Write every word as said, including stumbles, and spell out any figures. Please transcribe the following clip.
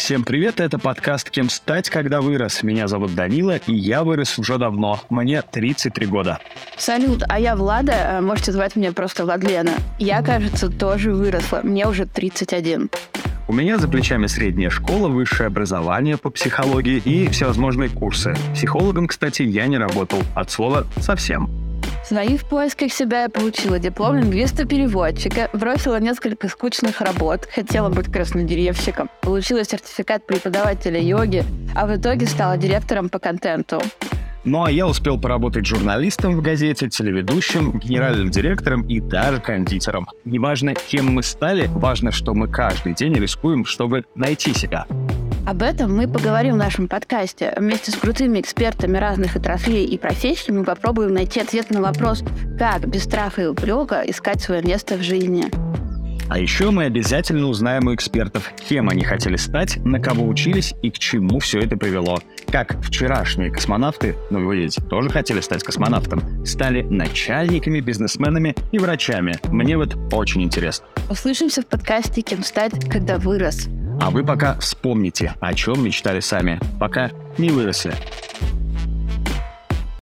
Всем привет, это подкаст «Кем стать, когда вырос». Меня зовут Данила, и я вырос уже давно. Мне тридцать три года. Салют, а я Влада, можете звать меня просто Владлена. Я, кажется, тоже выросла, мне уже тридцать один. У меня за плечами средняя школа, высшее образование по психологии и всевозможные курсы. Психологом, кстати, я не работал, от слова «совсем». В своих поисках себя я получила диплом лингвиста-переводчика, бросила несколько скучных работ, хотела быть краснодеревщиком, получила сертификат преподавателя йоги, а в итоге стала директором по контенту. Ну а я успел поработать журналистом в газете, телеведущим, генеральным директором и даже кондитером. Неважно, кем мы стали, важно, что мы каждый день рискуем, чтобы найти себя. Об этом мы поговорим в нашем подкасте. Вместе с крутыми экспертами разных отраслей и профессий мы попробуем найти ответ на вопрос, как без страха и упрека искать свое место в жизни. А еще мы обязательно узнаем у экспертов, кем они хотели стать, на кого учились и к чему все это привело. Как вчерашние космонавты, ну вы видите, тоже хотели стать космонавтом, стали начальниками, бизнесменами и врачами. Мне вот очень интересно. Услышимся в подкасте «Кем стать, когда вырос». А вы пока вспомните, о чем мечтали сами, пока не выросли.